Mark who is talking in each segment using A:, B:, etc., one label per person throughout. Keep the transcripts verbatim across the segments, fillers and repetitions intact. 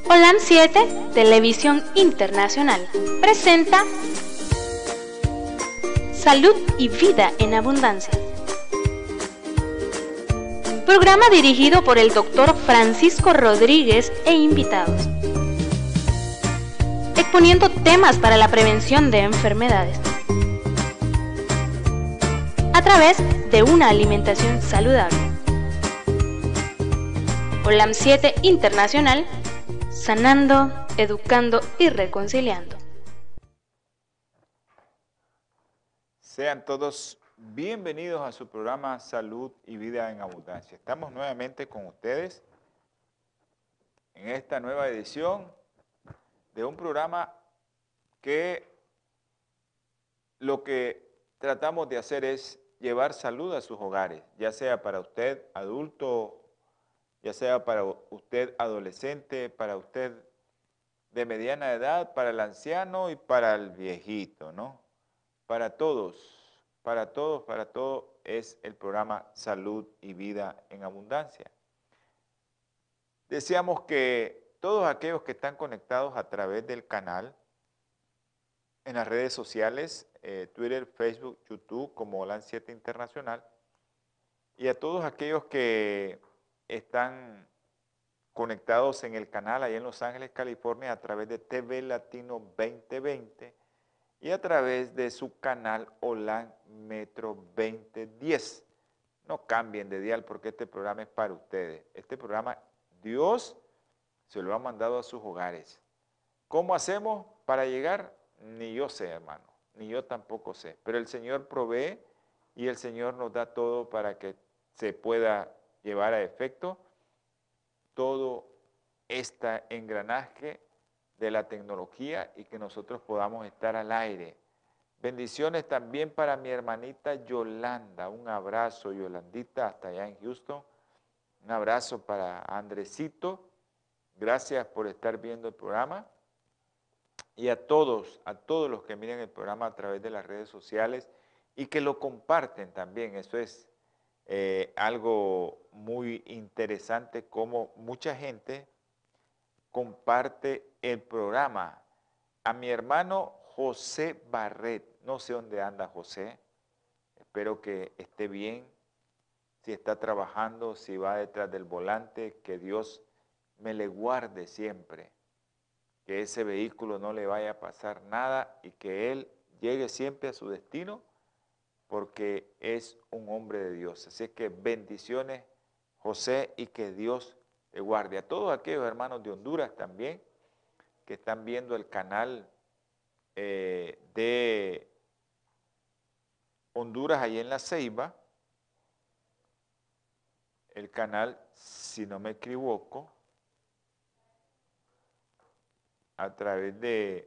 A: OLAM siete, Televisión Internacional, presenta Salud y Vida en Abundancia. Programa dirigido por el doctor Francisco Rodríguez e invitados, exponiendo temas para la prevención de enfermedades a través de una alimentación saludable. OLAM siete Internacional, sanando, educando y reconciliando.
B: Sean todos bienvenidos a su programa Salud y Vida en Abundancia. Estamos nuevamente con ustedes en esta nueva edición de un programa que lo que tratamos de hacer es llevar salud a sus hogares, ya sea para usted adulto, ya sea para usted adolescente, para usted de mediana edad, para el anciano y para el viejito, ¿no? Para todos, para todos, para todos es el programa Salud y Vida en Abundancia. Deseamos que todos aquellos que están conectados a través del canal, en las redes sociales, eh, Twitter, Facebook, YouTube, como OLAM siete Internacional, y a todos aquellos que están conectados en el canal allá en Los Ángeles, California, a través de T V Latino veinte veinte y a través de su canal OLAM Metro veinte diez. No cambien de dial porque este programa es para ustedes. Este programa Dios se lo ha mandado a sus hogares. ¿Cómo hacemos para llegar? Ni yo sé, hermano, ni yo tampoco sé. Pero el Señor provee y el Señor nos da todo para que se pueda llevar a efecto todo este engranaje de la tecnología y que nosotros podamos estar al aire. Bendiciones también para mi hermanita Yolanda. Un abrazo, Yolandita, hasta allá en Houston. Un abrazo para Andresito. Gracias por estar viendo el programa. Y a todos, a todos los que miren el programa a través de las redes sociales y que lo comparten también. Eso es eh, algo muy interesante, como mucha gente comparte el programa. A mi hermano José Barret, no sé dónde anda José, espero que esté bien, si está trabajando, si va detrás del volante, que Dios me le guarde siempre, que ese vehículo no le vaya a pasar nada y que él llegue siempre a su destino, porque es un hombre de Dios. Así que bendiciones, José, y que Dios te guarde. A todos aquellos hermanos de Honduras también, que están viendo el canal eh, de Honduras ahí en La Ceiba, el canal, si no me equivoco, a través de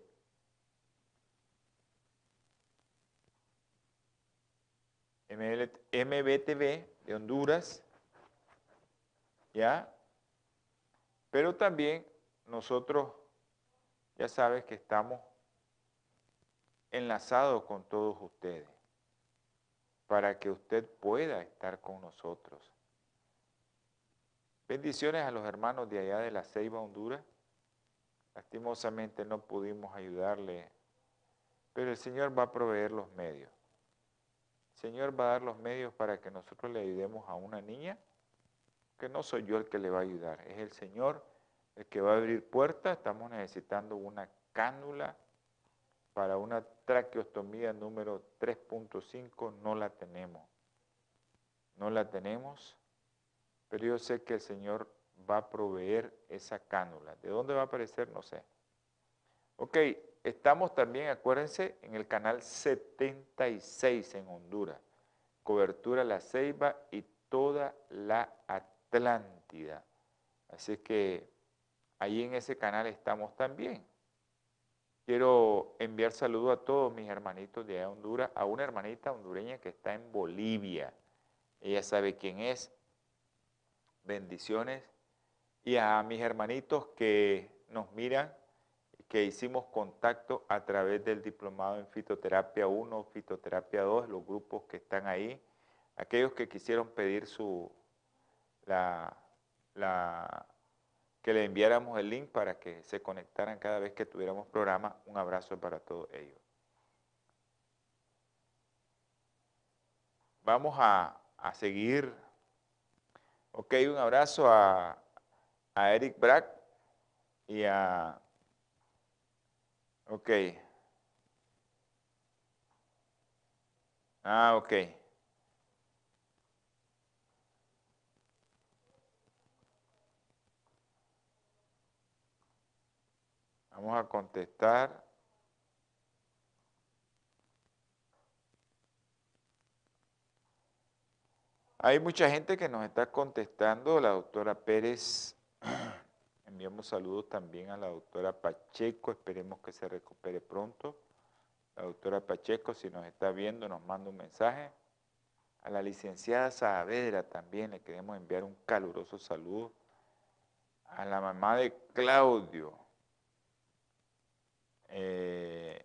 B: M B T V de Honduras, ¿ya? Pero también nosotros, ya sabes que estamos enlazados con todos ustedes, para que usted pueda estar con nosotros. Bendiciones a los hermanos de allá de La Ceiba, Honduras. Lastimosamente no pudimos ayudarle, pero el Señor va a proveer los medios. El Señor va a dar los medios para que nosotros le ayudemos a una niña, que no soy yo el que le va a ayudar, es el Señor el que va a abrir puertas. Estamos necesitando una cánula para una traqueostomía número tres punto cinco, no la tenemos. No la tenemos, pero yo sé que el Señor va a proveer esa cánula. ¿De dónde va a aparecer? No sé. Ok, estamos también, acuérdense, en el canal setenta y seis en Honduras. Cobertura La Ceiba y toda la Atlántida. Así que ahí en ese canal estamos también. Quiero enviar saludos a todos mis hermanitos de allá de Honduras, a una hermanita hondureña que está en Bolivia. Ella sabe quién es. Bendiciones. Y a mis hermanitos que nos miran, que hicimos contacto a través del diplomado en fitoterapia uno, fitoterapia dos, los grupos que están ahí, aquellos que quisieron pedir su, la, la, que le enviáramos el link para que se conectaran cada vez que tuviéramos programa. Un abrazo para todos ellos. Vamos a, a seguir. Ok, un abrazo a, a Eric Brack y a... Ok. Ah, ok. Vamos a contestar. Hay mucha gente que nos está contestando. La doctora Pérez, enviamos saludos también a la doctora Pacheco. Esperemos que se recupere pronto. La doctora Pacheco, si nos está viendo, nos manda un mensaje. A la licenciada Saavedra también le queremos enviar un caluroso saludo. A la mamá de Claudio. Eh,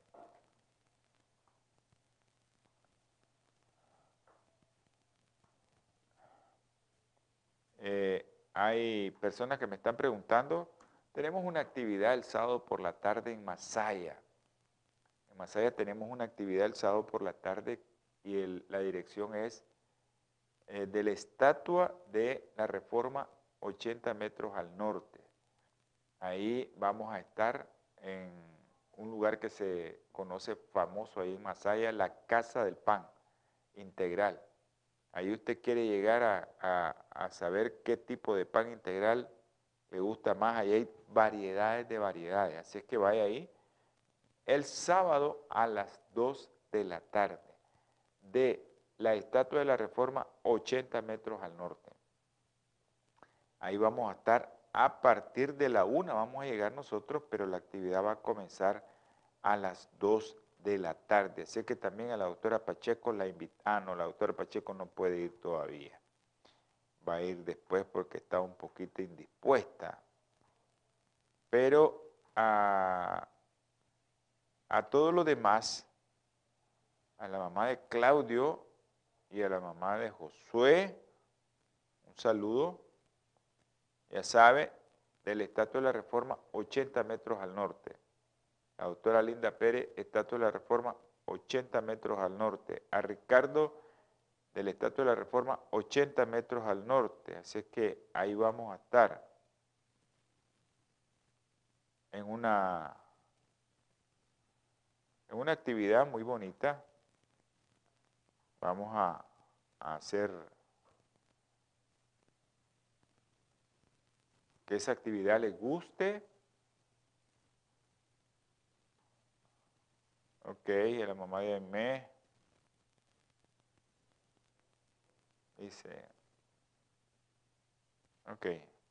B: eh, hay personas que me están preguntando. Tenemos una actividad el sábado por la tarde en Masaya. En Masaya tenemos una actividad el sábado por la tarde y el, la dirección es eh, de la estatua de la Reforma ochenta metros al norte. Ahí vamos a estar en un lugar que se conoce famoso ahí en Masaya, la Casa del Pan Integral. Ahí usted quiere llegar a, a, a saber qué tipo de pan integral le gusta más. Ahí hay variedades de variedades, así es que vaya ahí el sábado a las dos de la tarde de la Estatua de la Reforma ochenta metros al norte. Ahí vamos a estar a partir de la una, vamos a llegar nosotros, pero la actividad va a comenzar a las dos de la tarde. Así que también a la doctora Pacheco la invita. Ah, no, la doctora Pacheco no puede ir todavía. Va a ir después porque está un poquito indispuesta. Pero a, a todos los demás, a la mamá de Claudio y a la mamá de Josué, un saludo. Ya sabe, de la Estatua de la Reforma, ochenta metros al norte. La doctora Linda Pérez, Estatua de la Reforma, ochenta metros al norte. A Ricardo, de la Estatua de la Reforma, ochenta metros al norte. Así es que ahí vamos a estar en una, en una actividad muy bonita. Vamos a, a hacer que esa actividad les guste. Ok, a la mamá de Aimé dice, ok.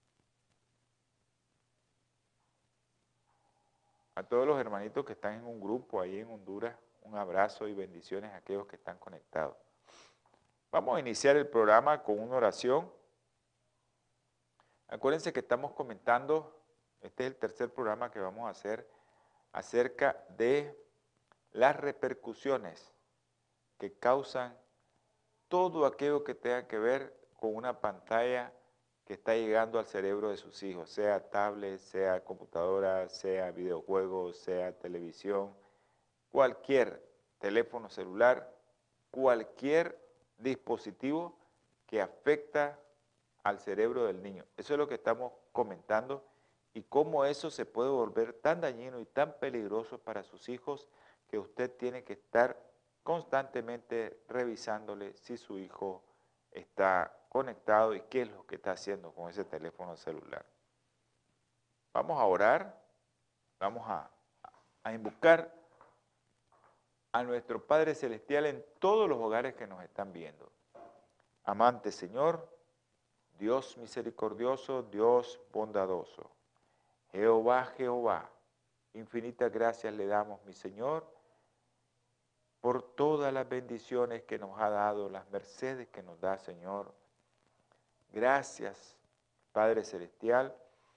B: A todos los hermanitos que están en un grupo ahí en Honduras, un abrazo y bendiciones a aquellos que están conectados. Vamos a iniciar el programa con una oración. Acuérdense que estamos comentando, este es el tercer programa que vamos a hacer acerca de las repercusiones que causan todo aquello que tenga que ver con una pantalla que está llegando al cerebro de sus hijos, sea tablet, sea computadora, sea videojuegos, sea televisión, cualquier teléfono celular, cualquier dispositivo que afecta al cerebro del niño. Eso es lo que estamos comentando y cómo eso se puede volver tan dañino y tan peligroso para sus hijos que usted tiene que estar constantemente revisándole si su hijo está conectado y qué es lo que está haciendo con ese teléfono celular. Vamos a orar, vamos a, a invocar a nuestro Padre Celestial en todos los hogares que nos están viendo. Amante Señor, Dios misericordioso, Dios bondadoso, Jehová, Jehová, infinitas gracias le damos, mi Señor, por todas las bendiciones que nos ha dado, las mercedes que nos da, Señor. Gracias, Padre Celestial,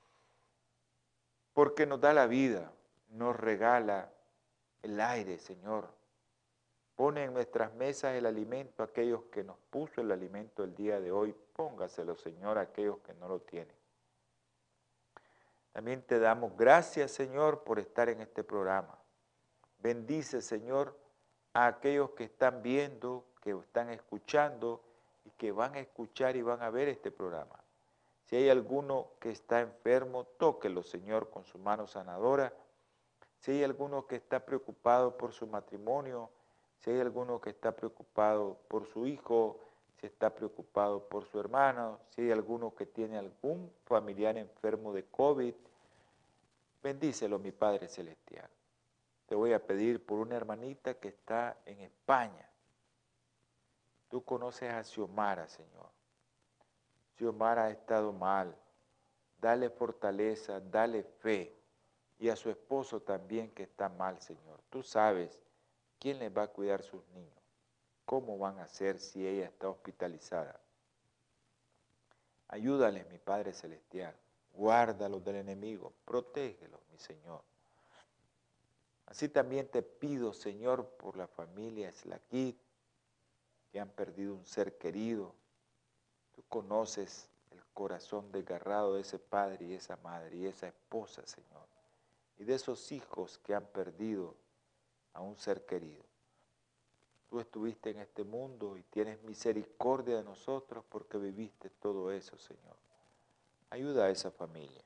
B: porque nos da la vida, nos regala el aire, Señor. Pone en nuestras mesas el alimento a aquellos que nos puso el alimento el día de hoy. Póngaselo, Señor, a aquellos que no lo tienen. También te damos gracias, Señor, por estar en este programa. Bendice, Señor, a aquellos que están viendo, que están escuchando y que van a escuchar y van a ver este programa. Si hay alguno que está enfermo, tóquelo, Señor, con su mano sanadora. Si hay alguno que está preocupado por su matrimonio, si hay alguno que está preocupado por su hijo, si está preocupado por su hermano, si hay alguno que tiene algún familiar enfermo de COVID, bendícelo, mi Padre Celestial. Te voy a pedir por una hermanita que está en España. Tú conoces a Xiomara, Señor. Xiomara ha estado mal. Dale fortaleza, dale fe. Y a su esposo también que está mal, Señor. Tú sabes quién les va a cuidar sus niños. ¿Cómo van a hacer si ella está hospitalizada? Ayúdales, mi Padre Celestial. Guárdalos del enemigo. Protégelos, mi Señor. Así también te pido, Señor, por la familia Slaquit, que han perdido un ser querido. Tú conoces el corazón desgarrado de ese padre y esa madre y esa esposa, Señor. Y de esos hijos que han perdido a un ser querido. Tú estuviste en este mundo y tienes misericordia de nosotros porque viviste todo eso, Señor. Ayuda a esa familia.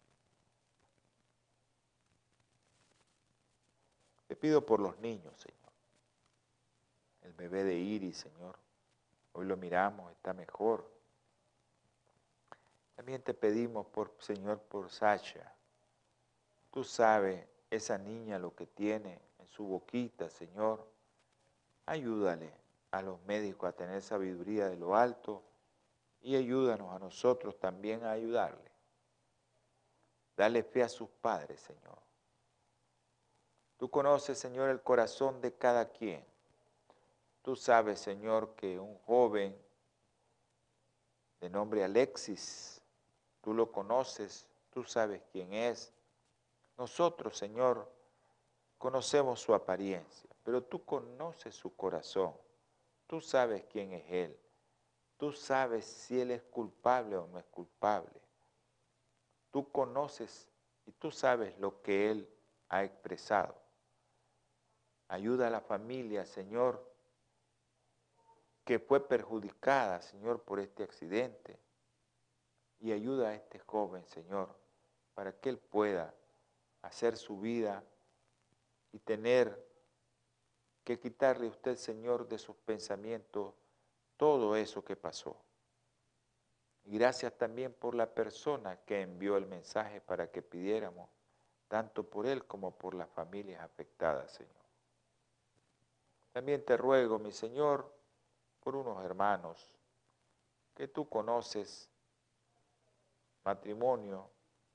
B: Te pido por los niños, Señor. El bebé de Iris, Señor. Hoy lo miramos, está mejor. También te pedimos, por Señor, por Sasha. Tú sabes, esa niña lo que tiene en su boquita, Señor. Ayúdale a los médicos a tener sabiduría de lo alto y ayúdanos a nosotros también a ayudarle. Dale fe a sus padres, Señor. Tú conoces, Señor, el corazón de cada quien. Tú sabes, Señor, que un joven de nombre Alexis, tú lo conoces, tú sabes quién es. Nosotros, Señor, conocemos su apariencia, pero tú conoces su corazón. Tú sabes quién es él. Tú sabes si él es culpable o no es culpable. Tú conoces y tú sabes lo que él ha expresado. Ayuda a la familia, Señor, que fue perjudicada, Señor, por este accidente. Y ayuda a este joven, Señor, para que él pueda hacer su vida y tener que quitarle a usted, Señor, de sus pensamientos todo eso que pasó. Y gracias también por la persona que envió el mensaje para que pidiéramos, tanto por él como por las familias afectadas, Señor. También te ruego, mi Señor, por unos hermanos que tú conoces, matrimonio,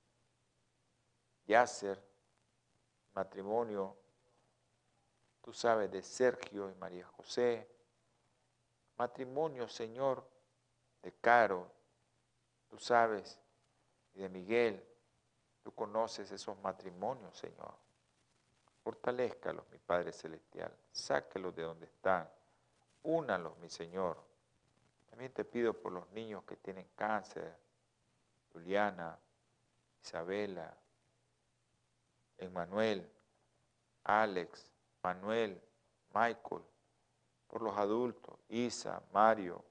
B: Yasser, matrimonio, tú sabes, de Sergio y María José, matrimonio, Señor, de Caro, tú sabes, y de Miguel, tú conoces esos matrimonios, Señor. Fortalézcalos, mi Padre Celestial, sáquelos de donde están, únalos, mi Señor. También te pido por los niños que tienen cáncer, Juliana, Isabela, Emmanuel, Alex, Manuel, Michael, por los adultos, Isa, Mario,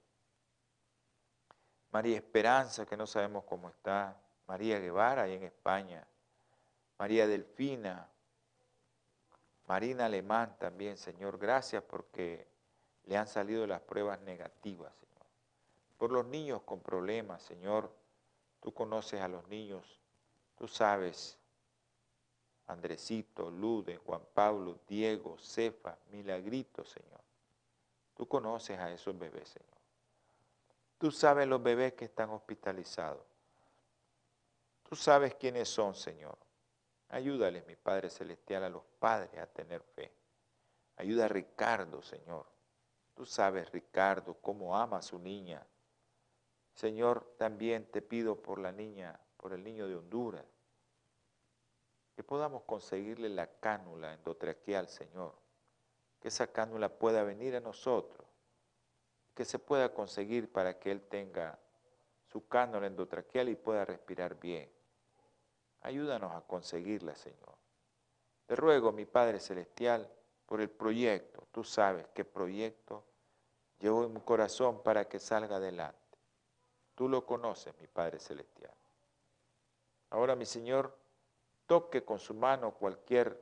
B: María Esperanza, que no sabemos cómo está, María Guevara, ahí en España, María Delfina, Marina Alemán también, Señor, gracias porque le han salido las pruebas negativas, Señor. Por los niños con problemas, Señor, tú conoces a los niños, tú sabes, Andresito, Lude, Juan Pablo, Diego, Cefa, Milagrito, Señor. Tú conoces a esos bebés, Señor. Tú sabes los bebés que están hospitalizados. Tú sabes quiénes son, Señor. Ayúdales, mi Padre Celestial, a los padres a tener fe. Ayuda a Ricardo, Señor. Tú sabes, Ricardo, cómo ama a su niña. Señor, también te pido por la niña, por el niño de Honduras, que podamos conseguirle la cánula endotraqueal, Señor. Que esa cánula pueda venir a nosotros. Que se pueda conseguir para que él tenga su cánula endotraqueal y pueda respirar bien. Ayúdanos a conseguirla, Señor. Te ruego, mi Padre Celestial, por el proyecto. Tú sabes qué proyecto llevo en mi corazón para que salga adelante. Tú lo conoces, mi Padre Celestial. Ahora, mi Señor, toque con su mano cualquier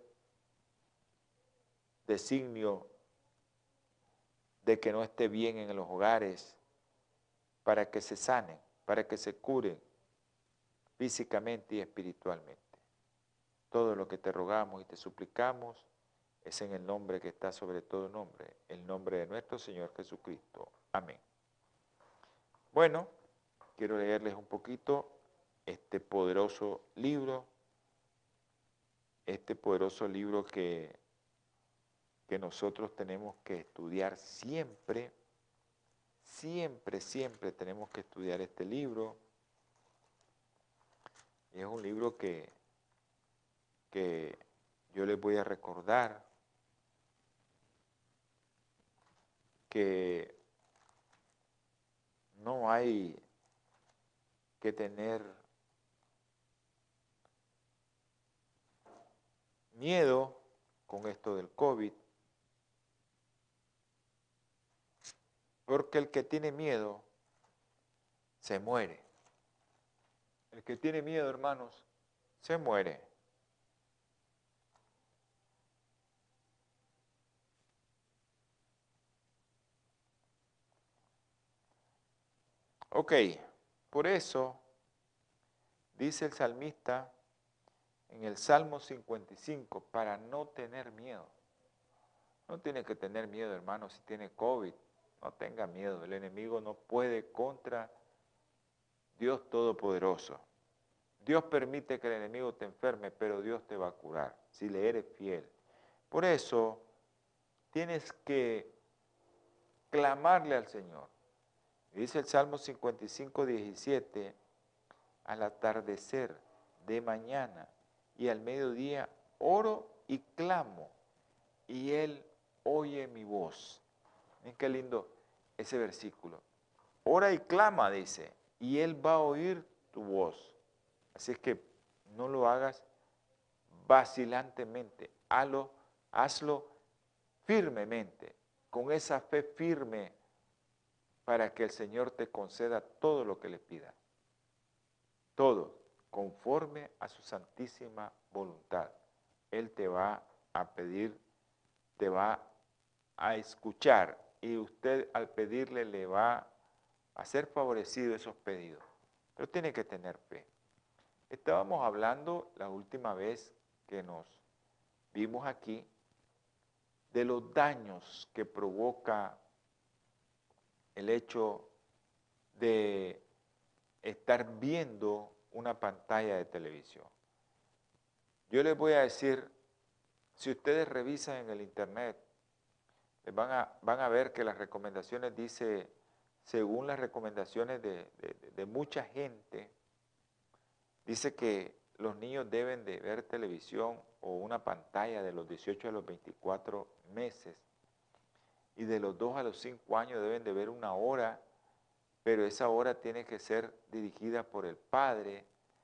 B: designio de que no esté bien en los hogares, para que se sanen, para que se curen físicamente y espiritualmente. Todo lo que te rogamos y te suplicamos es en el nombre que está sobre todo nombre, el nombre de nuestro Señor Jesucristo. Amén. Bueno, quiero leerles un poquito este poderoso libro, este poderoso libro que, que nosotros tenemos que estudiar siempre, siempre, siempre tenemos que estudiar este libro. Y es un libro que, que yo les voy a recordar que no hay que tener miedo con esto del COVID, porque el que tiene miedo se muere. El que tiene miedo, hermanos, se muere. Ok, por eso dice el salmista en el Salmo cincuenta y cinco, para no tener miedo. No tiene que tener miedo, hermano, si tiene COVID. No tenga miedo, el enemigo no puede contra Dios Todopoderoso. Dios permite que el enemigo te enferme, pero Dios te va a curar si le eres fiel. Por eso tienes que clamarle al Señor. Dice el Salmo cincuenta y cinco, diecisiete, al atardecer de mañana y al mediodía oro y clamo, y Él oye mi voz. Miren qué lindo ese versículo. Ora y clama, dice, y Él va a oír tu voz. Así es que no lo hagas vacilantemente, hazlo, hazlo firmemente, con esa fe firme para que el Señor te conceda todo lo que le pida. Todo, conforme a su santísima voluntad. Él te va a pedir, te va a escuchar y usted al pedirle le va a ser favorecido esos pedidos. Pero tiene que tener fe. Estábamos hablando la última vez que nos vimos aquí de los daños que provoca el hecho de estar viendo una pantalla de televisión. Yo les voy a decir, si ustedes revisan en el internet, van a, van a ver que las recomendaciones dice, según las recomendaciones de, de, de mucha gente, dice que los niños deben de ver televisión o una pantalla de los dieciocho a los veinticuatro meses y de los dos a los cinco años deben de ver una hora, pero esa hora tiene que ser dirigida por el padre.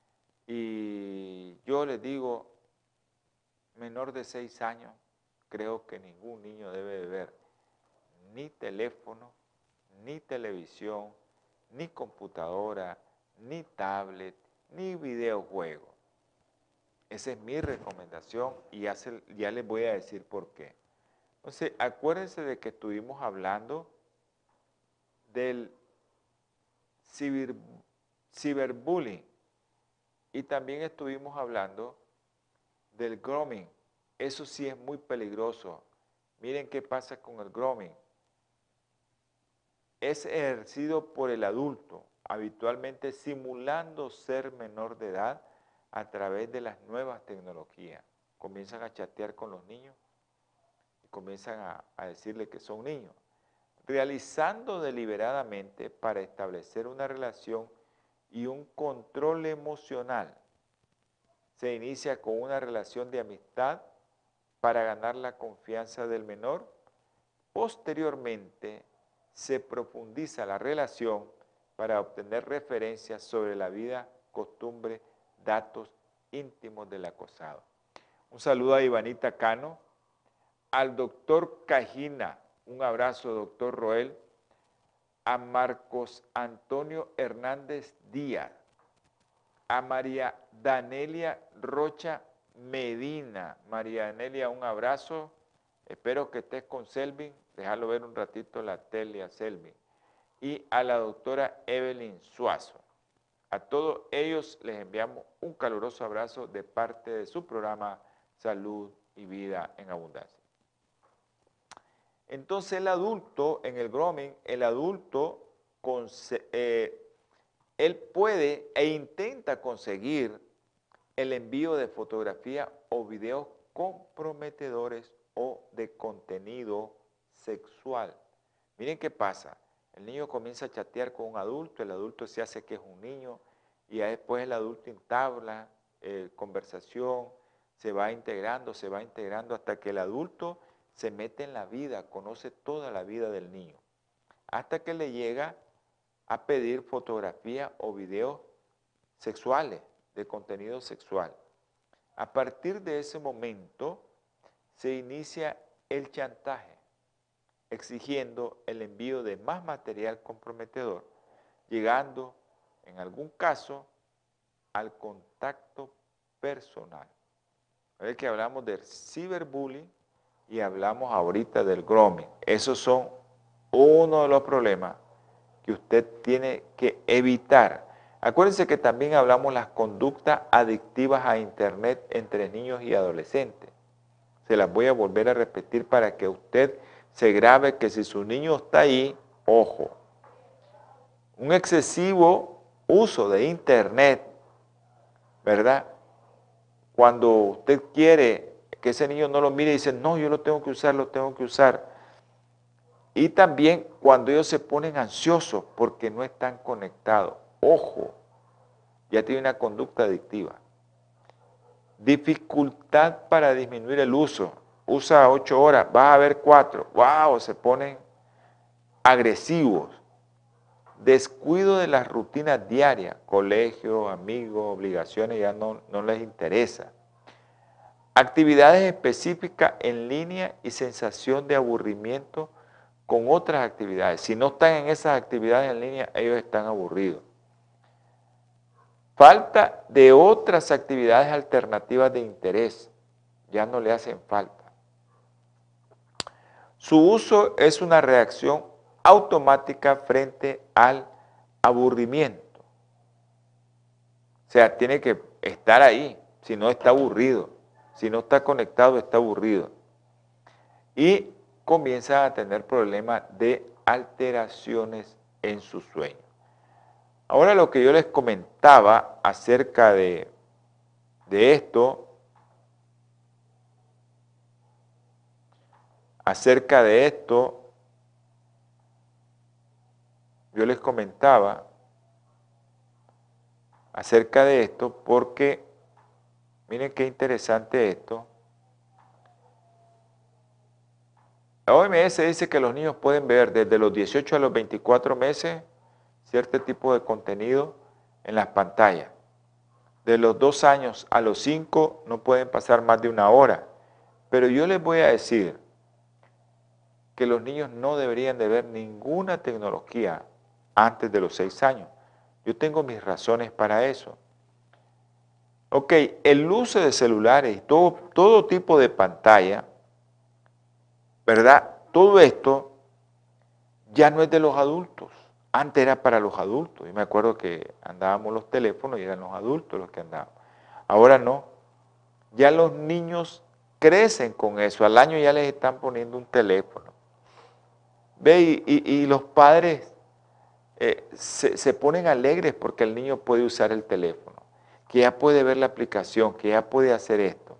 B: Y yo les digo, menor de seis años, creo que ningún niño debe de ver ni teléfono, ni televisión, ni computadora, ni tablet, ni videojuego. Esa es mi recomendación y ya, se, ya les voy a decir por qué. Entonces, acuérdense de que estuvimos hablando del ciber, ciberbullying y también estuvimos hablando del grooming. Eso sí es muy peligroso. Miren qué pasa con el grooming. Es ejercido por el adulto, habitualmente simulando ser menor de edad a través de las nuevas tecnologías. Comienzan a chatear con los niños y comienzan a, a decirle que son niños, realizando deliberadamente para establecer una relación y un control emocional. Se inicia con una relación de amistad para ganar la confianza del menor. Posteriormente, se profundiza la relación para obtener referencias sobre la vida, costumbres, datos íntimos del acosado. Un saludo a Ivanita Cano, al doctor Cajina, un abrazo, doctor Roel, a Marcos Antonio Hernández Díaz, a María Danelia Rocha Medina. María Danelia, un abrazo, espero que estés con Selvin, déjalo ver un ratito la tele a Selvin, y a la doctora Evelyn Suazo. A todos ellos les enviamos un caluroso abrazo de parte de su programa Salud y Vida en Abundancia. Entonces el adulto, en el grooming, el adulto, eh, él puede e intenta conseguir el envío de fotografías o videos comprometedores o de contenido sexual. Miren qué pasa. El niño comienza a chatear con un adulto, el adulto se hace que es un niño y ya después el adulto entabla eh, conversación, se va integrando, se va integrando hasta que el adulto se mete en la vida, conoce toda la vida del niño, hasta que le llega a pedir fotografías o videos sexuales, de contenido sexual. A partir de ese momento se inicia el chantaje, exigiendo el envío de más material comprometedor, llegando, en algún caso, al contacto personal. Es que hablamos del ciberbullying y hablamos ahorita del grooming. Esos son uno de los problemas que usted tiene que evitar. Acuérdense que también hablamos las conductas adictivas a Internet entre niños y adolescentes. Se las voy a volver a repetir para que usted se grabe que si su niño está ahí, ojo, un excesivo uso de Internet, ¿verdad? Cuando usted quiere que ese niño no lo mire y dice, no, yo lo tengo que usar, lo tengo que usar. Y también cuando ellos se ponen ansiosos porque no están conectados. Ojo, ya tiene una conducta adictiva. Dificultad para disminuir el uso. Usa ocho horas, vas a ver cuatro. ¡Wow! Se ponen agresivos. Descuido de las rutinas diarias. Colegio, amigos, obligaciones, ya no, no les interesa. Actividades específicas en línea y sensación de aburrimiento con otras actividades. Si no están en esas actividades en línea, ellos están aburridos. Falta de otras actividades alternativas de interés. Ya no le hacen falta. Su uso es una reacción automática frente al aburrimiento. O sea, tiene que estar ahí, si no está aburrido. Si no está conectado, está aburrido. Y comienza a tener problemas de alteraciones en su sueño. Ahora lo que yo les comentaba acerca de, de esto, acerca de esto, yo les comentaba acerca de esto porque, miren qué interesante esto. La O M S dice que los niños pueden ver desde los dieciocho a los veinticuatro meses cierto tipo de contenido en las pantallas. De los dos años a los cinco no pueden pasar más de una hora. Pero yo les voy a decir que los niños no deberían de ver ninguna tecnología antes de los seis años. Yo tengo mis razones para eso. Ok, el uso de celulares y todo, todo tipo de pantalla, ¿verdad? Todo esto ya no es de los adultos. Antes era para los adultos. Yo me acuerdo que andábamos los teléfonos y eran los adultos los que andaban. Ahora no. Ya los niños crecen con eso. Al año ya les están poniendo un teléfono. Ve, y, y, y los padres eh, se, se ponen alegres porque el niño puede usar el teléfono, que ya puede ver la aplicación, que ya puede hacer esto.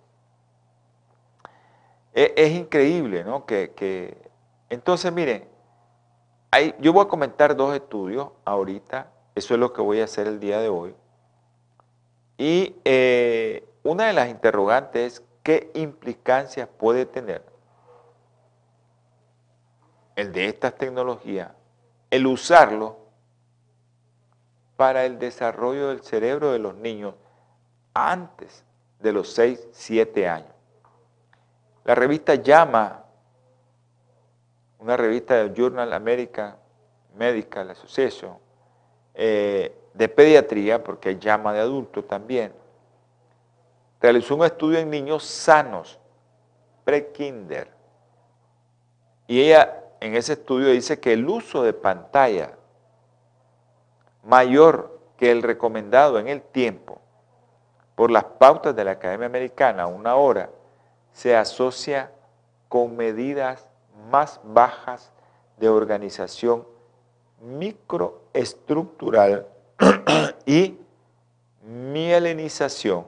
B: Es, es increíble, ¿no? Que, que, entonces, miren, hay, yo voy a comentar dos estudios ahorita, eso es lo que voy a hacer el día de hoy. Y eh, una de las interrogantes es, ¿qué implicancias puede tener el de estas tecnologías, el usarlo para el desarrollo del cerebro de los niños antes de los seis, siete años. La revista JAMA, una revista del Journal American Medical Association, eh, de pediatría, porque hay JAMA de adultos también, realizó un estudio en niños sanos, pre-kinder, y ella en ese estudio dice que el uso de pantalla mayor que el recomendado en el tiempo por las pautas de la Academia Americana, una hora, se asocia con medidas más bajas de organización microestructural y mielinización,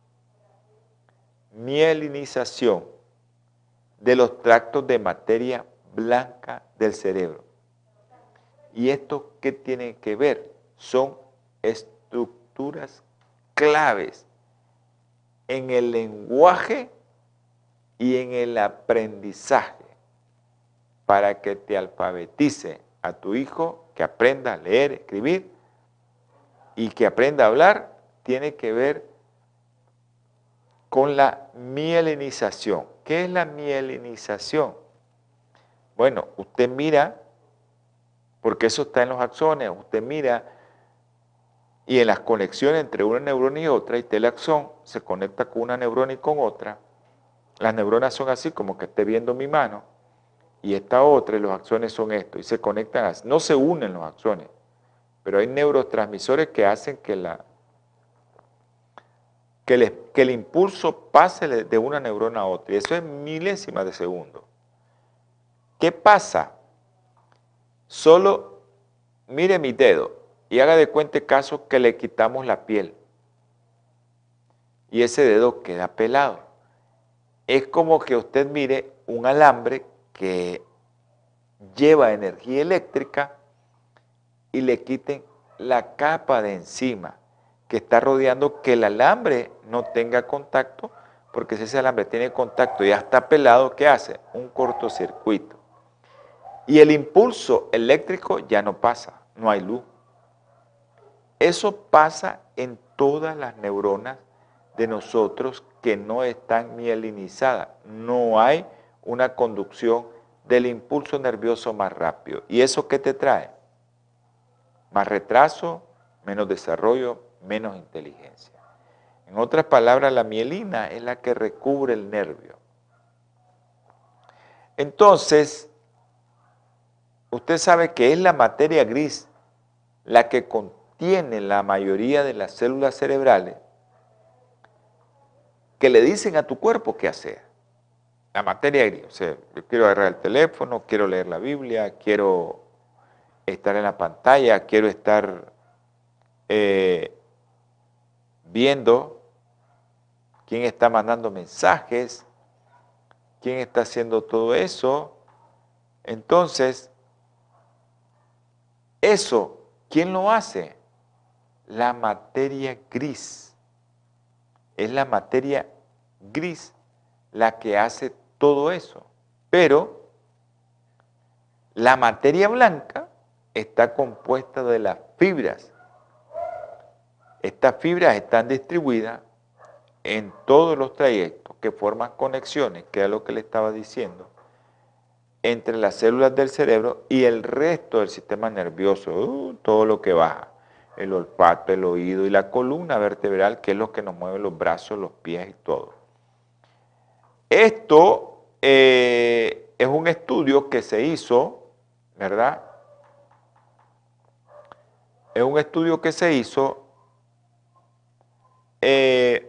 B: mielinización de los tractos de materia blanca del cerebro. ¿Y esto qué tiene que ver? Son estructuras claves en el lenguaje y en el aprendizaje para que te alfabetice a tu hijo, que aprenda a leer, escribir y que aprenda a hablar, tiene que ver con la mielinización. ¿Qué es la mielinización? Bueno, usted mira, porque eso está en los axones, usted mira y en las conexiones entre una neurona y otra, y telaxón se conecta con una neurona y con otra. Las neuronas son así, como que esté viendo mi mano, y esta otra, y los axones son estos, y se conectan así. No se unen los axones, pero hay neurotransmisores que hacen que, la, que, les, que el impulso pase de una neurona a otra, y eso es milésimas de segundo. ¿Qué pasa? Solo mire mi dedo y haga de cuenta caso que le quitamos la piel y ese dedo queda pelado. Es como que usted mire un alambre que lleva energía eléctrica y le quiten la capa de encima que está rodeando, que el alambre no tenga contacto, porque si ese alambre tiene contacto y ya está pelado, ¿qué hace? Un cortocircuito. Y el impulso eléctrico ya no pasa, no hay luz. Eso pasa en todas las neuronas de nosotros que no están mielinizadas. No hay una conducción del impulso nervioso más rápido. ¿Y eso qué te trae? Más retraso, menos desarrollo, menos inteligencia. En otras palabras, la mielina es la que recubre el nervio. Entonces, usted sabe que es la materia gris la que contiene la mayoría de las células cerebrales que le dicen a tu cuerpo qué hacer. La materia gris, o sea, yo quiero agarrar el teléfono, quiero leer la Biblia, quiero estar en la pantalla, quiero estar eh, viendo quién está mandando mensajes, quién está haciendo todo eso. Entonces, eso, ¿quién lo hace? La materia gris. Es la materia gris la que hace todo eso. Pero la materia blanca está compuesta de las fibras. Estas fibras están distribuidas en todos los trayectos que forman conexiones, que es lo que le estaba diciendo, entre las células del cerebro y el resto del sistema nervioso, uh, todo lo que baja, el olfato, el oído y la columna vertebral, que es lo que nos mueve los brazos, los pies y todo. Esto eh, es un estudio que se hizo, ¿verdad? Es un estudio que se hizo eh,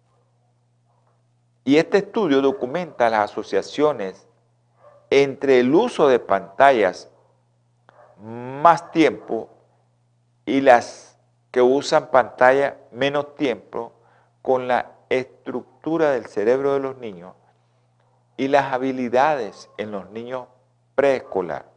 B: y este estudio documenta las asociaciones entre el uso de pantallas más tiempo y las que usan pantalla menos tiempo con la estructura del cerebro de los niños y las habilidades en los niños preescolar.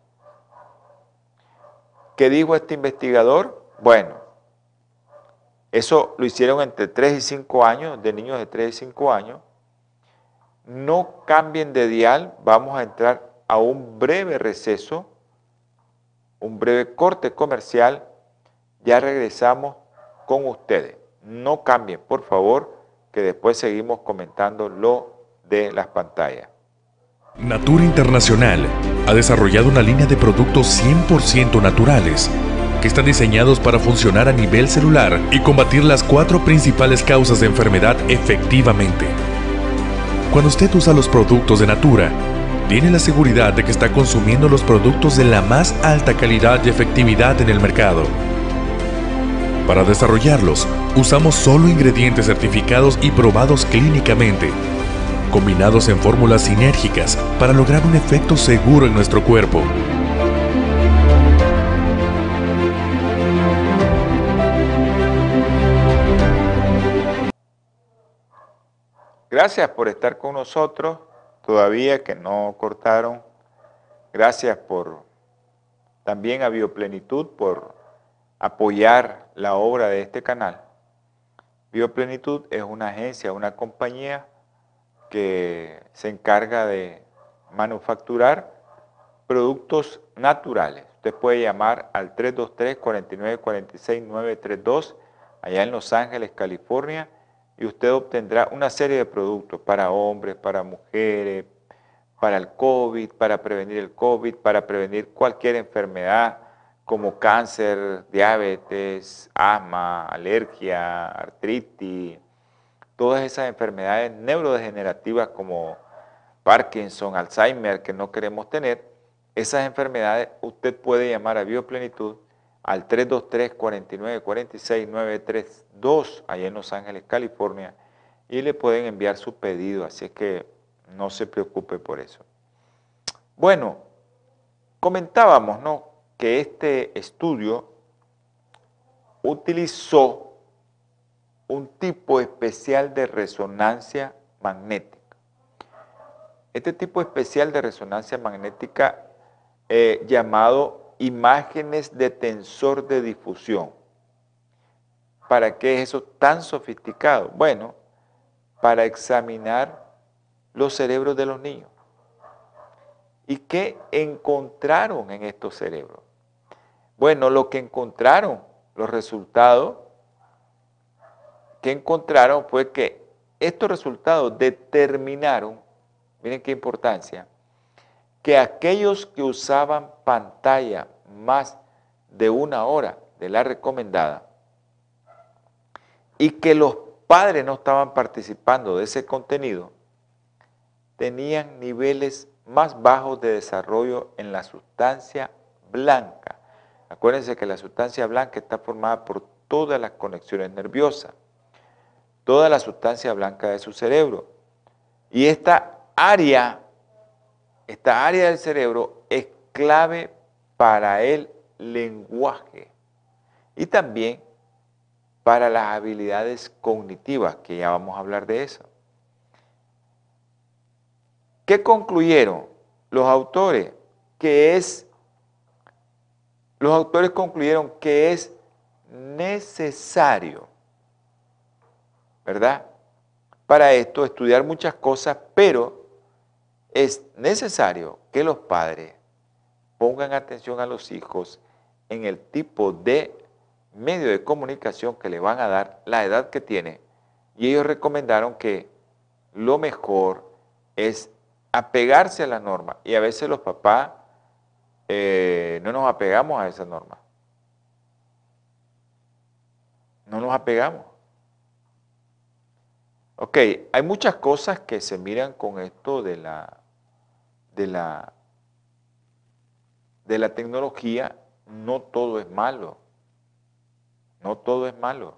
B: ¿Qué dijo este investigador? Bueno, eso lo hicieron entre tres y cinco años, de niños de tres y cinco años. No cambien de dial, vamos a entrar a un breve receso, un breve corte comercial, ya regresamos con ustedes. No cambien, por favor, que que después seguimos comentando lo de las pantallas.
C: Natura Internacional ha desarrollado una línea de productos cien por ciento naturales que están diseñados para funcionar a nivel celular y combatir las cuatro principales causas de enfermedad efectivamente. Cuando usted usa los productos de Natura, tiene la seguridad de que está consumiendo los productos de la más alta calidad y efectividad en el mercado. Para desarrollarlos, usamos solo ingredientes certificados y probados clínicamente, combinados en fórmulas sinérgicas para lograr un efecto seguro en nuestro cuerpo.
B: Gracias por estar con nosotros, todavía que no cortaron. Gracias por también a Bioplenitud por apoyar la obra de este canal. Bioplenitud es una agencia, una compañía que se encarga de manufacturar productos naturales. Usted puede llamar al tres dos tres, cuatro nueve cuatro seis, nueve tres dos allá en Los Ángeles, California, y usted obtendrá una serie de productos para hombres, para mujeres, para el COVID, para prevenir el COVID, para prevenir cualquier enfermedad como cáncer, diabetes, asma, alergia, artritis, todas esas enfermedades neurodegenerativas como Parkinson, Alzheimer, que no queremos tener. Esas enfermedades usted puede llamar a Bioplenitud al tres dos tres, cuatro nueve cuatro seis, nueve tres dos, allá en Los Ángeles, California, y le pueden enviar su pedido, así es que no se preocupe por eso. Bueno, comentábamos, ¿no?, que este estudio utilizó un tipo especial de resonancia magnética. Este tipo especial de resonancia magnética eh, llamado imágenes de tensor de difusión. ¿Para qué es eso tan sofisticado? Bueno, para examinar los cerebros de los niños. ¿Y qué encontraron en estos cerebros? Bueno, lo que encontraron, los resultados que encontraron fue que estos resultados determinaron, miren qué importancia, que aquellos que usaban pantalla más de una hora de la recomendada y que los padres no estaban participando de ese contenido, tenían niveles más bajos de desarrollo en la sustancia blanca. Acuérdense que la sustancia blanca está formada por todas las conexiones nerviosas, toda la sustancia blanca de su cerebro. Y esta área, esta área del cerebro es clave para el lenguaje y también para las habilidades cognitivas, que ya vamos a hablar de eso. ¿Qué concluyeron los autores? Que es, los autores concluyeron que es necesario, ¿verdad?, para esto estudiar muchas cosas, pero es necesario que los padres pongan atención a los hijos en el tipo de medio de comunicación que le van a dar, la edad que tiene, y ellos recomendaron que lo mejor es apegarse a la norma, y a veces los papás eh, no nos apegamos a esa norma. No nos apegamos. Ok, hay muchas cosas que se miran con esto de la, de la, de la tecnología. No todo es malo. No todo es malo.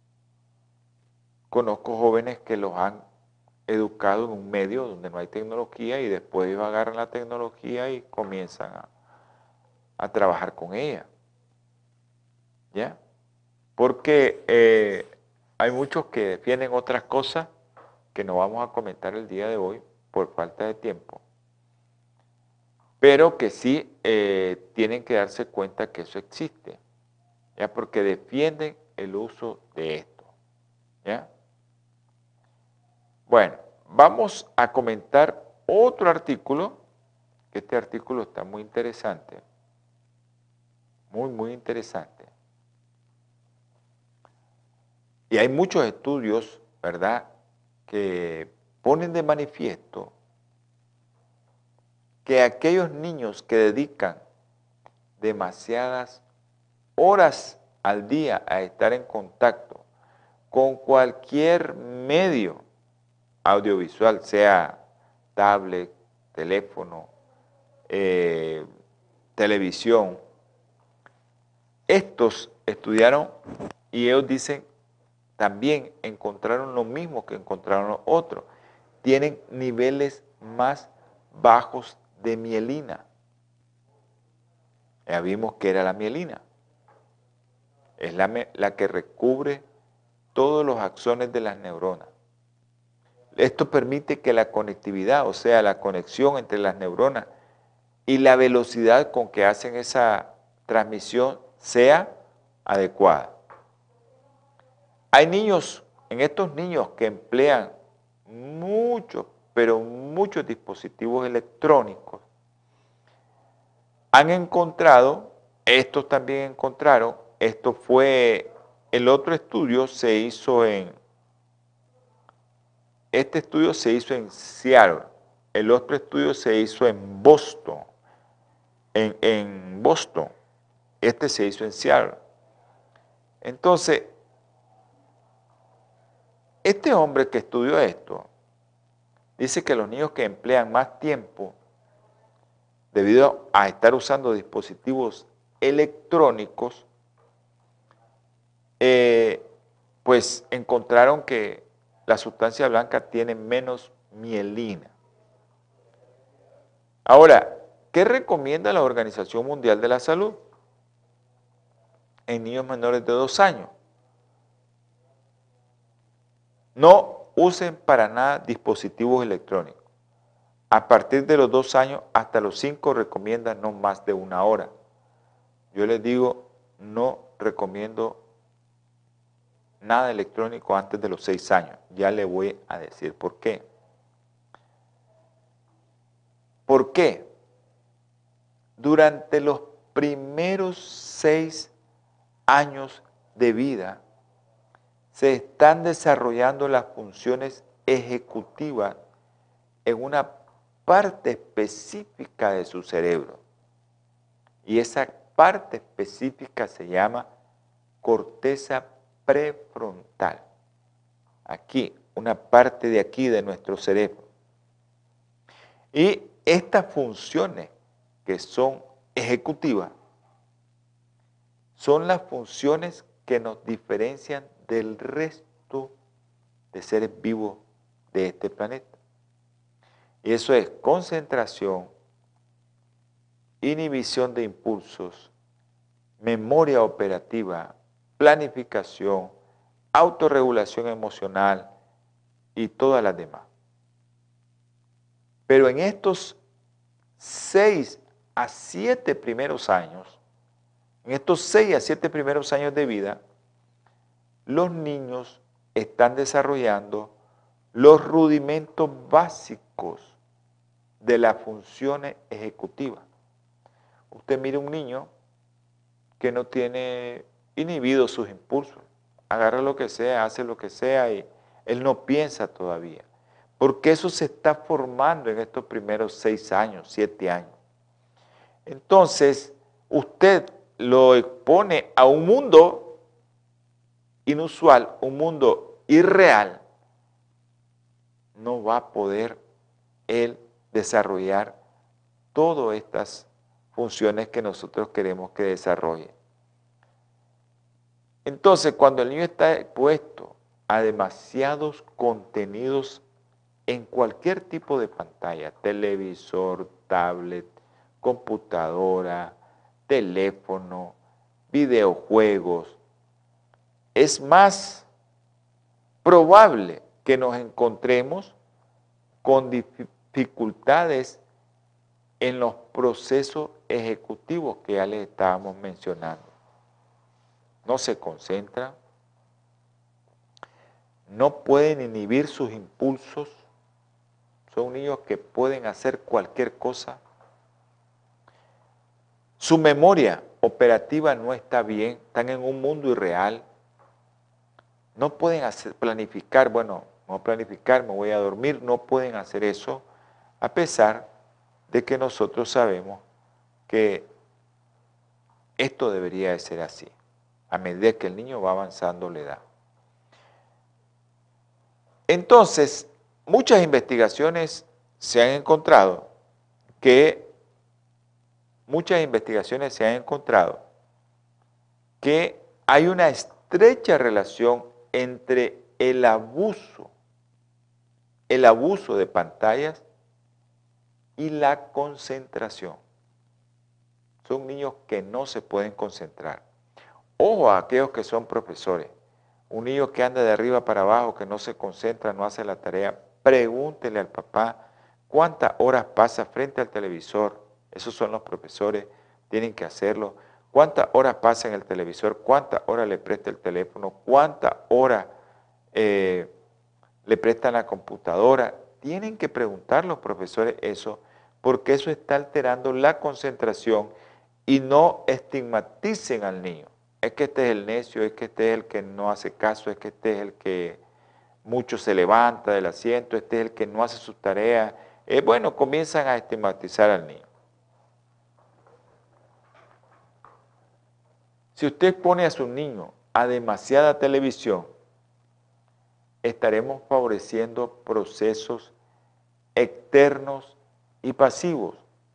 B: Conozco jóvenes que los han educado en un medio donde no hay tecnología y después ellos agarran la tecnología y comienzan a, a trabajar con ella. ¿Ya? Porque eh, hay muchos que defienden otras cosas que no vamos a comentar el día de hoy por falta de tiempo, pero que sí eh, tienen que darse cuenta que eso existe, ¿ya? Porque defienden el uso de esto, ¿ya? Bueno, vamos a comentar otro artículo, que este artículo está muy interesante, muy, muy interesante. Y hay muchos estudios, ¿verdad?, que ponen de manifiesto que aquellos niños que dedican demasiadas horas al día a estar en contacto con cualquier medio audiovisual, sea tablet, teléfono, eh, televisión, estos estudiaron y ellos dicen, también encontraron lo mismo que encontraron los otros. Tienen niveles más bajos de mielina. Ya vimos que era la mielina. Es la, la que recubre todos los axones de las neuronas. Esto permite que la conectividad, o sea, la conexión entre las neuronas y la velocidad con que hacen esa transmisión sea adecuada. Hay niños, en estos niños que emplean muchos, pero muchos dispositivos electrónicos, han encontrado, estos también encontraron, esto fue, el otro estudio se hizo en, este estudio se hizo en Seattle, el otro estudio se hizo en Boston, en, en Boston, este se hizo en Seattle. Entonces, este hombre que estudió esto, dice que los niños que emplean más tiempo debido a estar usando dispositivos electrónicos, eh, pues encontraron que la sustancia blanca tiene menos mielina. Ahora, ¿qué recomienda la Organización Mundial de la Salud en niños menores de dos años? No usen para nada dispositivos electrónicos. A partir de los dos años hasta los cinco recomiendan no más de una hora. Yo les digo, no recomiendo nada electrónico antes de los seis años. Ya les voy a decir por qué. ¿Por qué? Durante los primeros seis años de vida se están desarrollando las funciones ejecutivas en una parte específica de su cerebro. Y esa parte específica se llama corteza prefrontal. Aquí, una parte de aquí de nuestro cerebro. Y estas funciones que son ejecutivas son las funciones que nos diferencian del resto de seres vivos de este planeta. Y eso es concentración, inhibición de impulsos, memoria operativa, planificación, autorregulación emocional y todas las demás. Pero en estos seis a siete primeros años, en estos seis a siete primeros años de vida, los niños están desarrollando los rudimentos básicos de las funciones ejecutivas. Usted mira un niño que no tiene inhibidos sus impulsos, agarra lo que sea, hace lo que sea y él no piensa todavía, porque eso se está formando en estos primeros seis años, siete años. Entonces, usted lo expone a un mundo inusual, un mundo irreal, no va a poder él desarrollar todas estas funciones que nosotros queremos que desarrolle. Entonces, cuando el niño está expuesto a demasiados contenidos en cualquier tipo de pantalla, televisor, tablet, computadora, teléfono, videojuegos, es más probable que nos encontremos con dificultades en los procesos ejecutivos que ya les estábamos mencionando. No se concentran, no pueden inhibir sus impulsos, son niños que pueden hacer cualquier cosa. Su memoria operativa no está bien, están en un mundo irreal, no pueden hacer, planificar, bueno, voy a planificar, me voy a dormir. No pueden hacer eso a pesar de que nosotros sabemos que esto debería de ser así, a medida que el niño va avanzando la edad. Entonces, muchas investigaciones se han encontrado que, muchas investigaciones se han encontrado que hay una estrecha relación entre el abuso, el abuso de pantallas y la concentración. Son niños que no se pueden concentrar. Ojo a aquellos que son profesores. Un niño que anda de arriba para abajo, que no se concentra, no hace la tarea, pregúntele al papá cuántas horas pasa frente al televisor. Esos son los profesores, tienen que hacerlo. ¿Cuántas horas pasa en el televisor? ¿Cuántas horas le presta el teléfono? ¿Cuántas horas eh, le prestan la computadora? Tienen que preguntar los profesores eso, porque eso está alterando la concentración y no estigmaticen al niño. Es que este es el necio, es que este es el que no hace caso, es que este es el que mucho se levanta del asiento, este es el que no hace sus tareas. Eh, bueno, comienzan a estigmatizar al niño. Si usted pone a su niño a demasiada televisión, estaremos favoreciendo procesos externos y pasivos.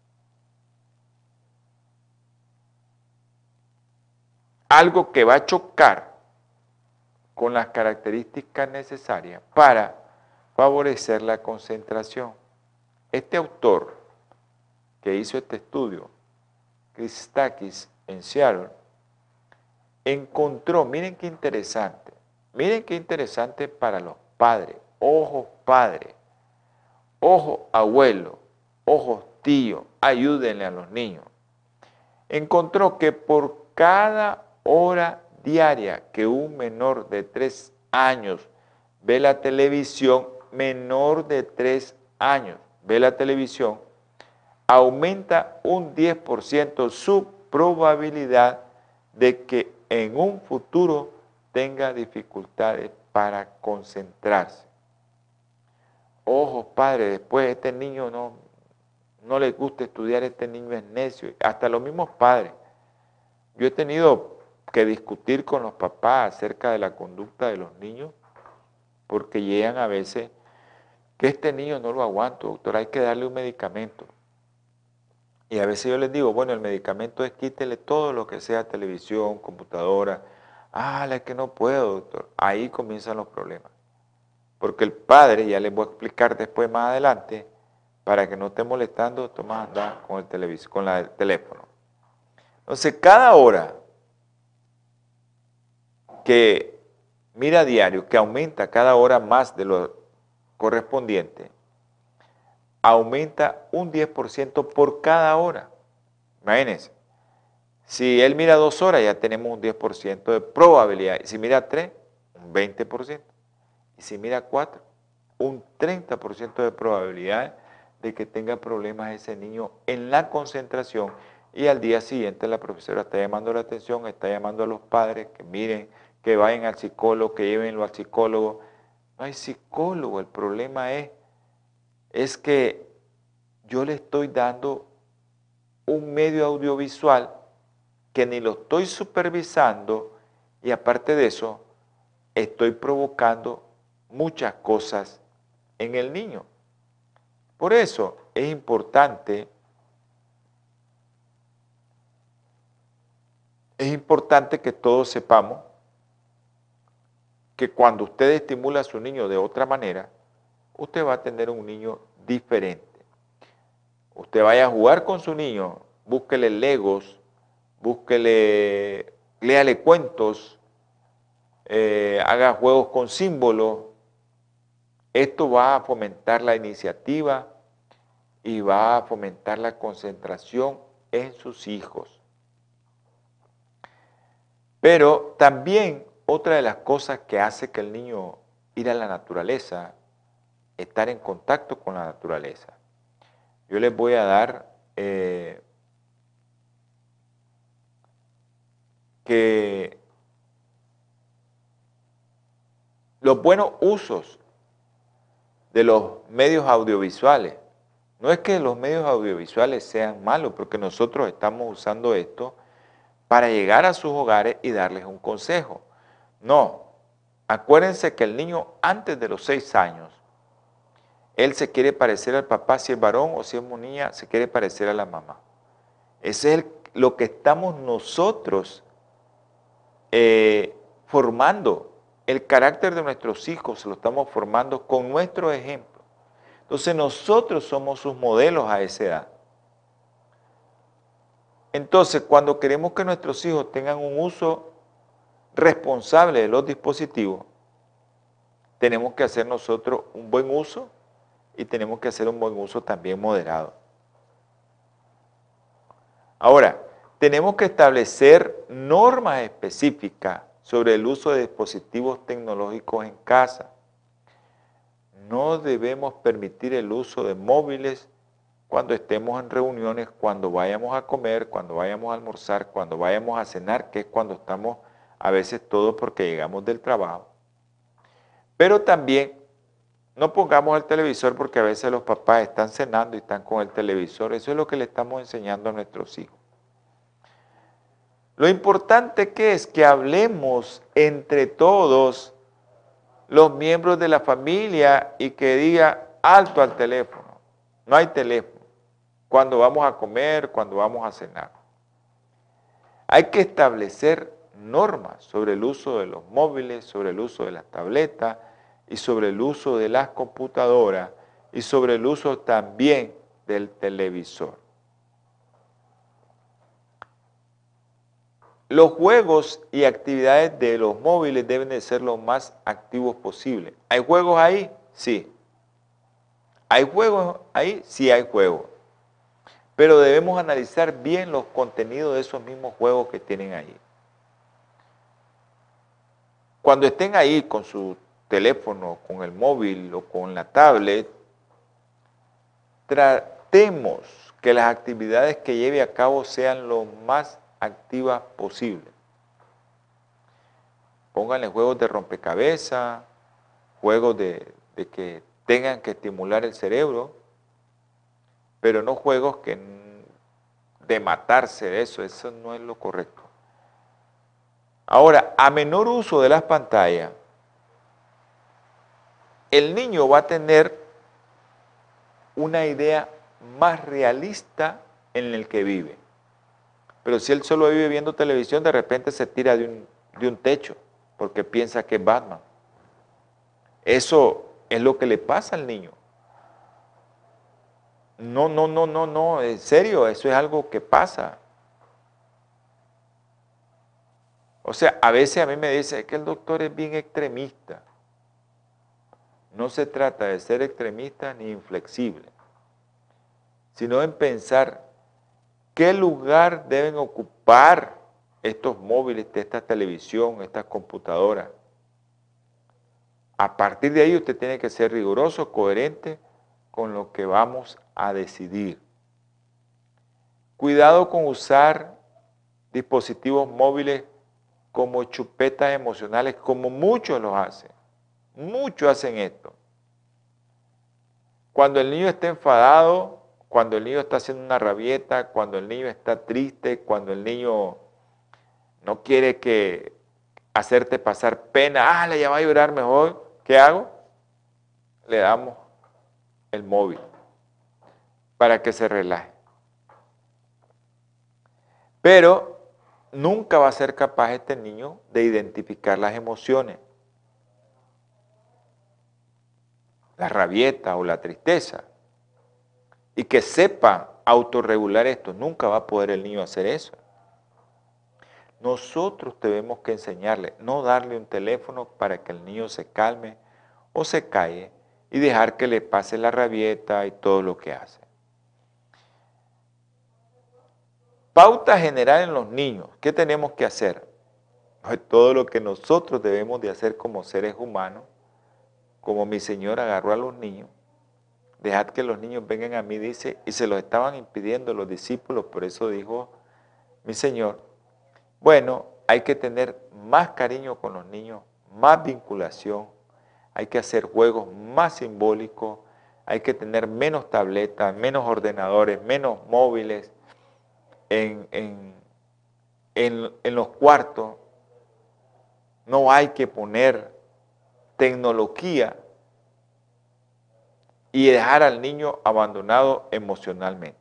B: Algo que va a chocar con las características necesarias para favorecer la concentración. Este autor que hizo este estudio, Christakis en Seattle, encontró, miren qué interesante, miren qué interesante para los padres, ojos padres, ojos abuelos, ojos tíos, ayúdenle a los niños. Encontró que por cada hora diaria que un menor de tres años ve la televisión, menor de tres años ve la televisión, aumenta un diez por ciento su probabilidad de que en un futuro tenga dificultades para concentrarse. Ojo, padre, después este niño no, no le gusta estudiar, este niño es necio. Hasta los mismos padres. Yo he tenido que discutir con los papás acerca de la conducta de los niños, porque llegan a veces que este niño no lo aguanto, doctor, hay que darle un medicamento. Y a veces yo les digo, bueno, el medicamento es quítele todo lo que sea televisión, computadora. Ah, es que no puedo, doctor. Ahí comienzan los problemas. Porque el padre, ya les voy a explicar después más adelante, para que no esté molestando, Tomás anda con el televisor, con la, el teléfono. Entonces, cada hora que mira a diario, que aumenta cada hora más de lo correspondiente, aumenta un diez por ciento por cada hora. Imagínense, si él mira dos horas, ya tenemos un diez por ciento de probabilidad. Y si mira tres, un veinte por ciento. Y si mira cuatro, un treinta por ciento de probabilidad de que tenga problemas ese niño en la concentración. Y al día siguiente la profesora está llamando la atención, está llamando a los padres que miren, que vayan al psicólogo, que llévenlo al psicólogo. No hay psicólogo, el problema es, es que yo le estoy dando un medio audiovisual que ni lo estoy supervisando y aparte de eso, estoy provocando muchas cosas en el niño. Por eso es importante, es importante que todos sepamos que cuando usted estimula a su niño de otra manera, usted va a tener un niño diferente. Usted vaya a jugar con su niño, búsquele legos, búsquele, léale cuentos, eh, haga juegos con símbolos. Esto va a fomentar la iniciativa y va a fomentar la concentración en sus hijos. Pero también otra de las cosas que hace que el niño ir a la naturaleza, estar en contacto con la naturaleza. Yo les voy a dar eh, que los buenos usos de los medios audiovisuales. No es que los medios audiovisuales sean malos, porque nosotros estamos usando esto para llegar a sus hogares y darles un consejo. No, acuérdense que el niño antes de los seis años, él se quiere parecer al papá, si es varón o si es niña, se quiere parecer a la mamá. Ese es el, lo que estamos nosotros eh, formando. El carácter de nuestros hijos lo estamos formando con nuestro ejemplo. Entonces nosotros somos sus modelos a esa edad. Entonces cuando queremos que nuestros hijos tengan un uso responsable de los dispositivos, tenemos que hacer nosotros un buen uso y tenemos que hacer un buen uso también moderado. Ahora, tenemos que establecer normas específicas sobre el uso de dispositivos tecnológicos en casa. No debemos permitir el uso de móviles cuando estemos en reuniones, cuando vayamos a comer, cuando vayamos a almorzar, cuando vayamos a cenar, que es cuando estamos a veces todos porque llegamos del trabajo. Pero también no pongamos el televisor porque a veces los papás están cenando y están con el televisor. Eso es lo que le estamos enseñando a nuestros hijos. Lo importante que es que hablemos entre todos los miembros de la familia y que diga alto al teléfono. No hay teléfono. Cuando vamos a comer, cuando vamos a cenar. Hay que establecer normas sobre el uso de los móviles, sobre el uso de las tabletas y sobre el uso de las computadoras y sobre el uso también del televisor. Los juegos y actividades de los móviles deben de ser lo más activos posible. ¿Hay juegos ahí? Sí. ¿Hay juegos ahí? Sí hay juegos. Pero debemos analizar bien los contenidos de esos mismos juegos que tienen ahí. Cuando estén ahí con su teléfono, con el móvil o con la tablet, tratemos que las actividades que lleve a cabo sean lo más activas posible. Pónganle juegos de rompecabezas, juegos de, de que tengan que estimular el cerebro, pero no juegos que de matarse de eso, eso no es lo correcto. Ahora, a menor uso de las pantallas, el niño va a tener una idea más realista en el que vive. Pero si él solo vive viendo televisión, de repente se tira de un, de un techo porque piensa que es Batman. Eso es lo que le pasa al niño. No, no, no, no, no, en serio, eso es algo que pasa. O sea, a veces a mí me dice que el doctor es bien extremista. No se trata de ser extremista ni inflexible, sino en pensar qué lugar deben ocupar estos móviles, esta televisión, estas computadoras. A partir de ahí usted tiene que ser riguroso, coherente con lo que vamos a decidir. Cuidado con usar dispositivos móviles como chupetas emocionales, como muchos los hacen. Muchos hacen esto. Cuando el niño está enfadado, cuando el niño está haciendo una rabieta, cuando el niño está triste, cuando el niño no quiere que hacerte pasar pena, ah, ya va a llorar mejor, ¿qué hago? Le damos el móvil para que se relaje. Pero nunca va a ser capaz este niño de identificar las emociones. La rabieta o la tristeza. Y que sepa autorregular esto. Nunca va a poder el niño hacer eso. Nosotros tenemos que enseñarle, no darle un teléfono para que el niño se calme o se calle y dejar que le pase la rabieta y todo lo que hace. Pauta general en los niños. ¿Qué tenemos que hacer? Pues todo lo que nosotros debemos de hacer como seres humanos, como mi Señor agarró a los niños. Dejad que los niños vengan a mí, dice, y se lo estaban impidiendo los discípulos, por eso dijo mi Señor, bueno, hay que tener más cariño con los niños, más vinculación, hay que hacer juegos más simbólicos, hay que tener menos tabletas, menos ordenadores, menos móviles en, en, en, en los cuartos. No hay que poner tecnología y dejar al niño abandonado emocionalmente.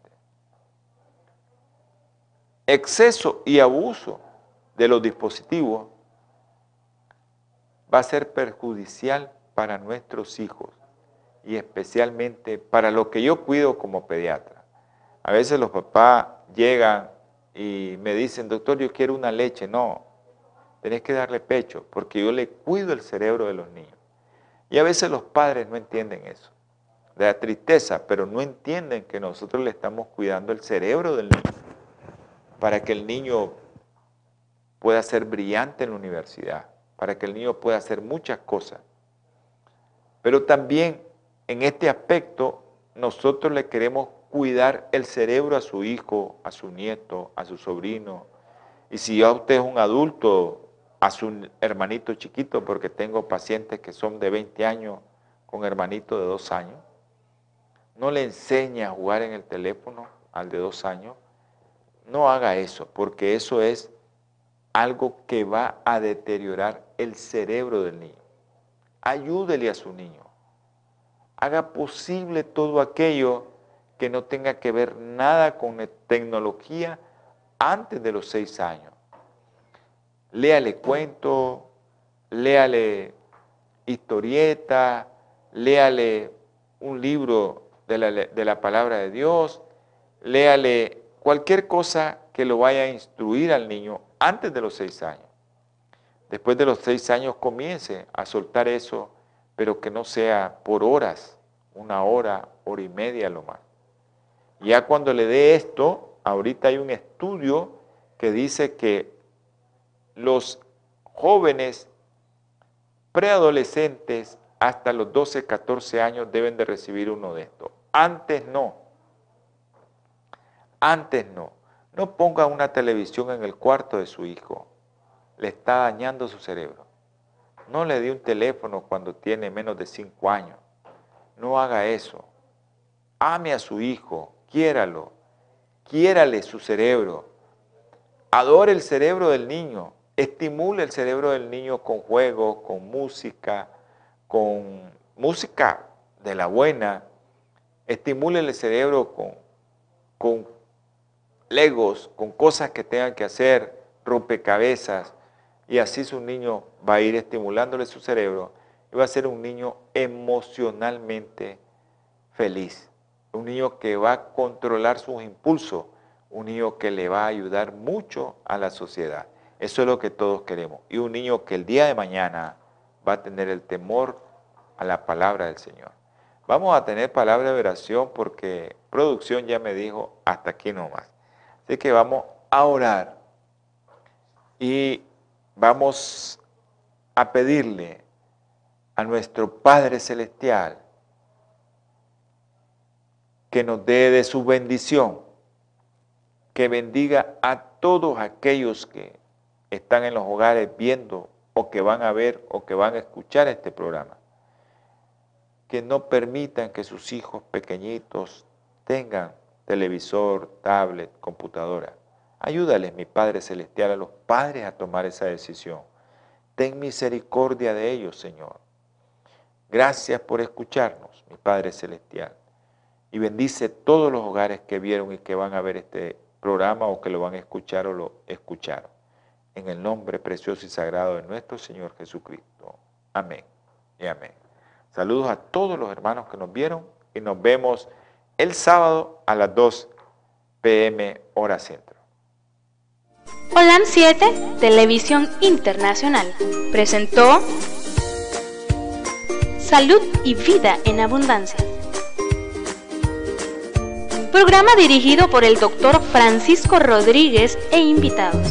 B: Exceso y abuso de los dispositivos va a ser perjudicial para nuestros hijos y especialmente para lo que yo cuido como pediatra. A veces los papás llegan y me dicen, doctor, yo quiero una leche. No, tenés que darle pecho porque yo le cuido el cerebro de los niños. Y a veces los padres no entienden eso. Da tristeza, pero no entienden que nosotros le estamos cuidando el cerebro del niño para que el niño pueda ser brillante en la universidad, para que el niño pueda hacer muchas cosas. Pero también en este aspecto nosotros le queremos cuidar el cerebro a su hijo, a su nieto, a su sobrino. Y si ya usted es un adulto, a su hermanito chiquito, porque tengo pacientes que son de veinte años con hermanito de dos años, no le enseñe a jugar en el teléfono al de dos años. No haga eso, porque eso es algo que va a deteriorar el cerebro del niño. Ayúdele a su niño. Haga posible todo aquello que no tenga que ver nada con tecnología antes de los seis años. Léale cuentos, léale historieta, léale un libro de la, de la palabra de Dios, léale cualquier cosa que lo vaya a instruir al niño antes de los seis años. Después de los seis años comience a soltar eso, pero que no sea por horas, una hora, hora y media lo más. Ya cuando le dé esto, ahorita hay un estudio que dice que los jóvenes preadolescentes hasta los doce, catorce años deben de recibir uno de estos. Antes no. Antes no. No ponga una televisión en el cuarto de su hijo. Le está dañando su cerebro. No le dé un teléfono cuando tiene menos de cinco años. No haga eso. Ame a su hijo, quiéralo, quiérale su cerebro. Adore el cerebro del niño. Estimule el cerebro del niño con juegos, con música, con música de la buena. Estimule el cerebro con, con legos, con cosas que tengan que hacer, rompecabezas, y así su niño va a ir estimulándole su cerebro y va a ser un niño emocionalmente feliz, un niño que va a controlar sus impulsos, un niño que le va a ayudar mucho a la sociedad. Eso es lo que todos queremos, y un niño que el día de mañana va a tener el temor a la palabra del Señor. Vamos a tener palabra de oración porque producción ya me dijo hasta aquí nomás. Así que vamos a orar y vamos a pedirle a nuestro Padre Celestial que nos dé de su bendición, que bendiga a todos aquellos que están en los hogares viendo o que van a ver o que van a escuchar este programa. Que no permitan que sus hijos pequeñitos tengan televisor, tablet, computadora. Ayúdales, mi Padre Celestial, a los padres a tomar esa decisión. Ten misericordia de ellos, Señor. Gracias por escucharnos, mi Padre Celestial. Y bendice todos los hogares que vieron y que van a ver este programa o que lo van a escuchar o lo escucharon. En el nombre precioso y sagrado de nuestro Señor Jesucristo. Amén y amén. Saludos a todos los hermanos que nos vieron y nos vemos el sábado a las dos pe eme hora centro.
A: OLAM siete, Televisión Internacional, presentó Salud y Vida en Abundancia. Programa dirigido por el doctor Francisco Rodríguez e invitados.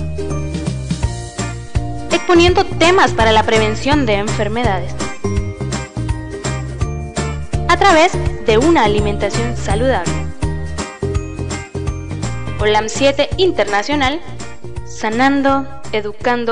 A: Exponiendo temas para la prevención de enfermedades a través de una alimentación saludable. OLAM siete Internacional, sanando, educando.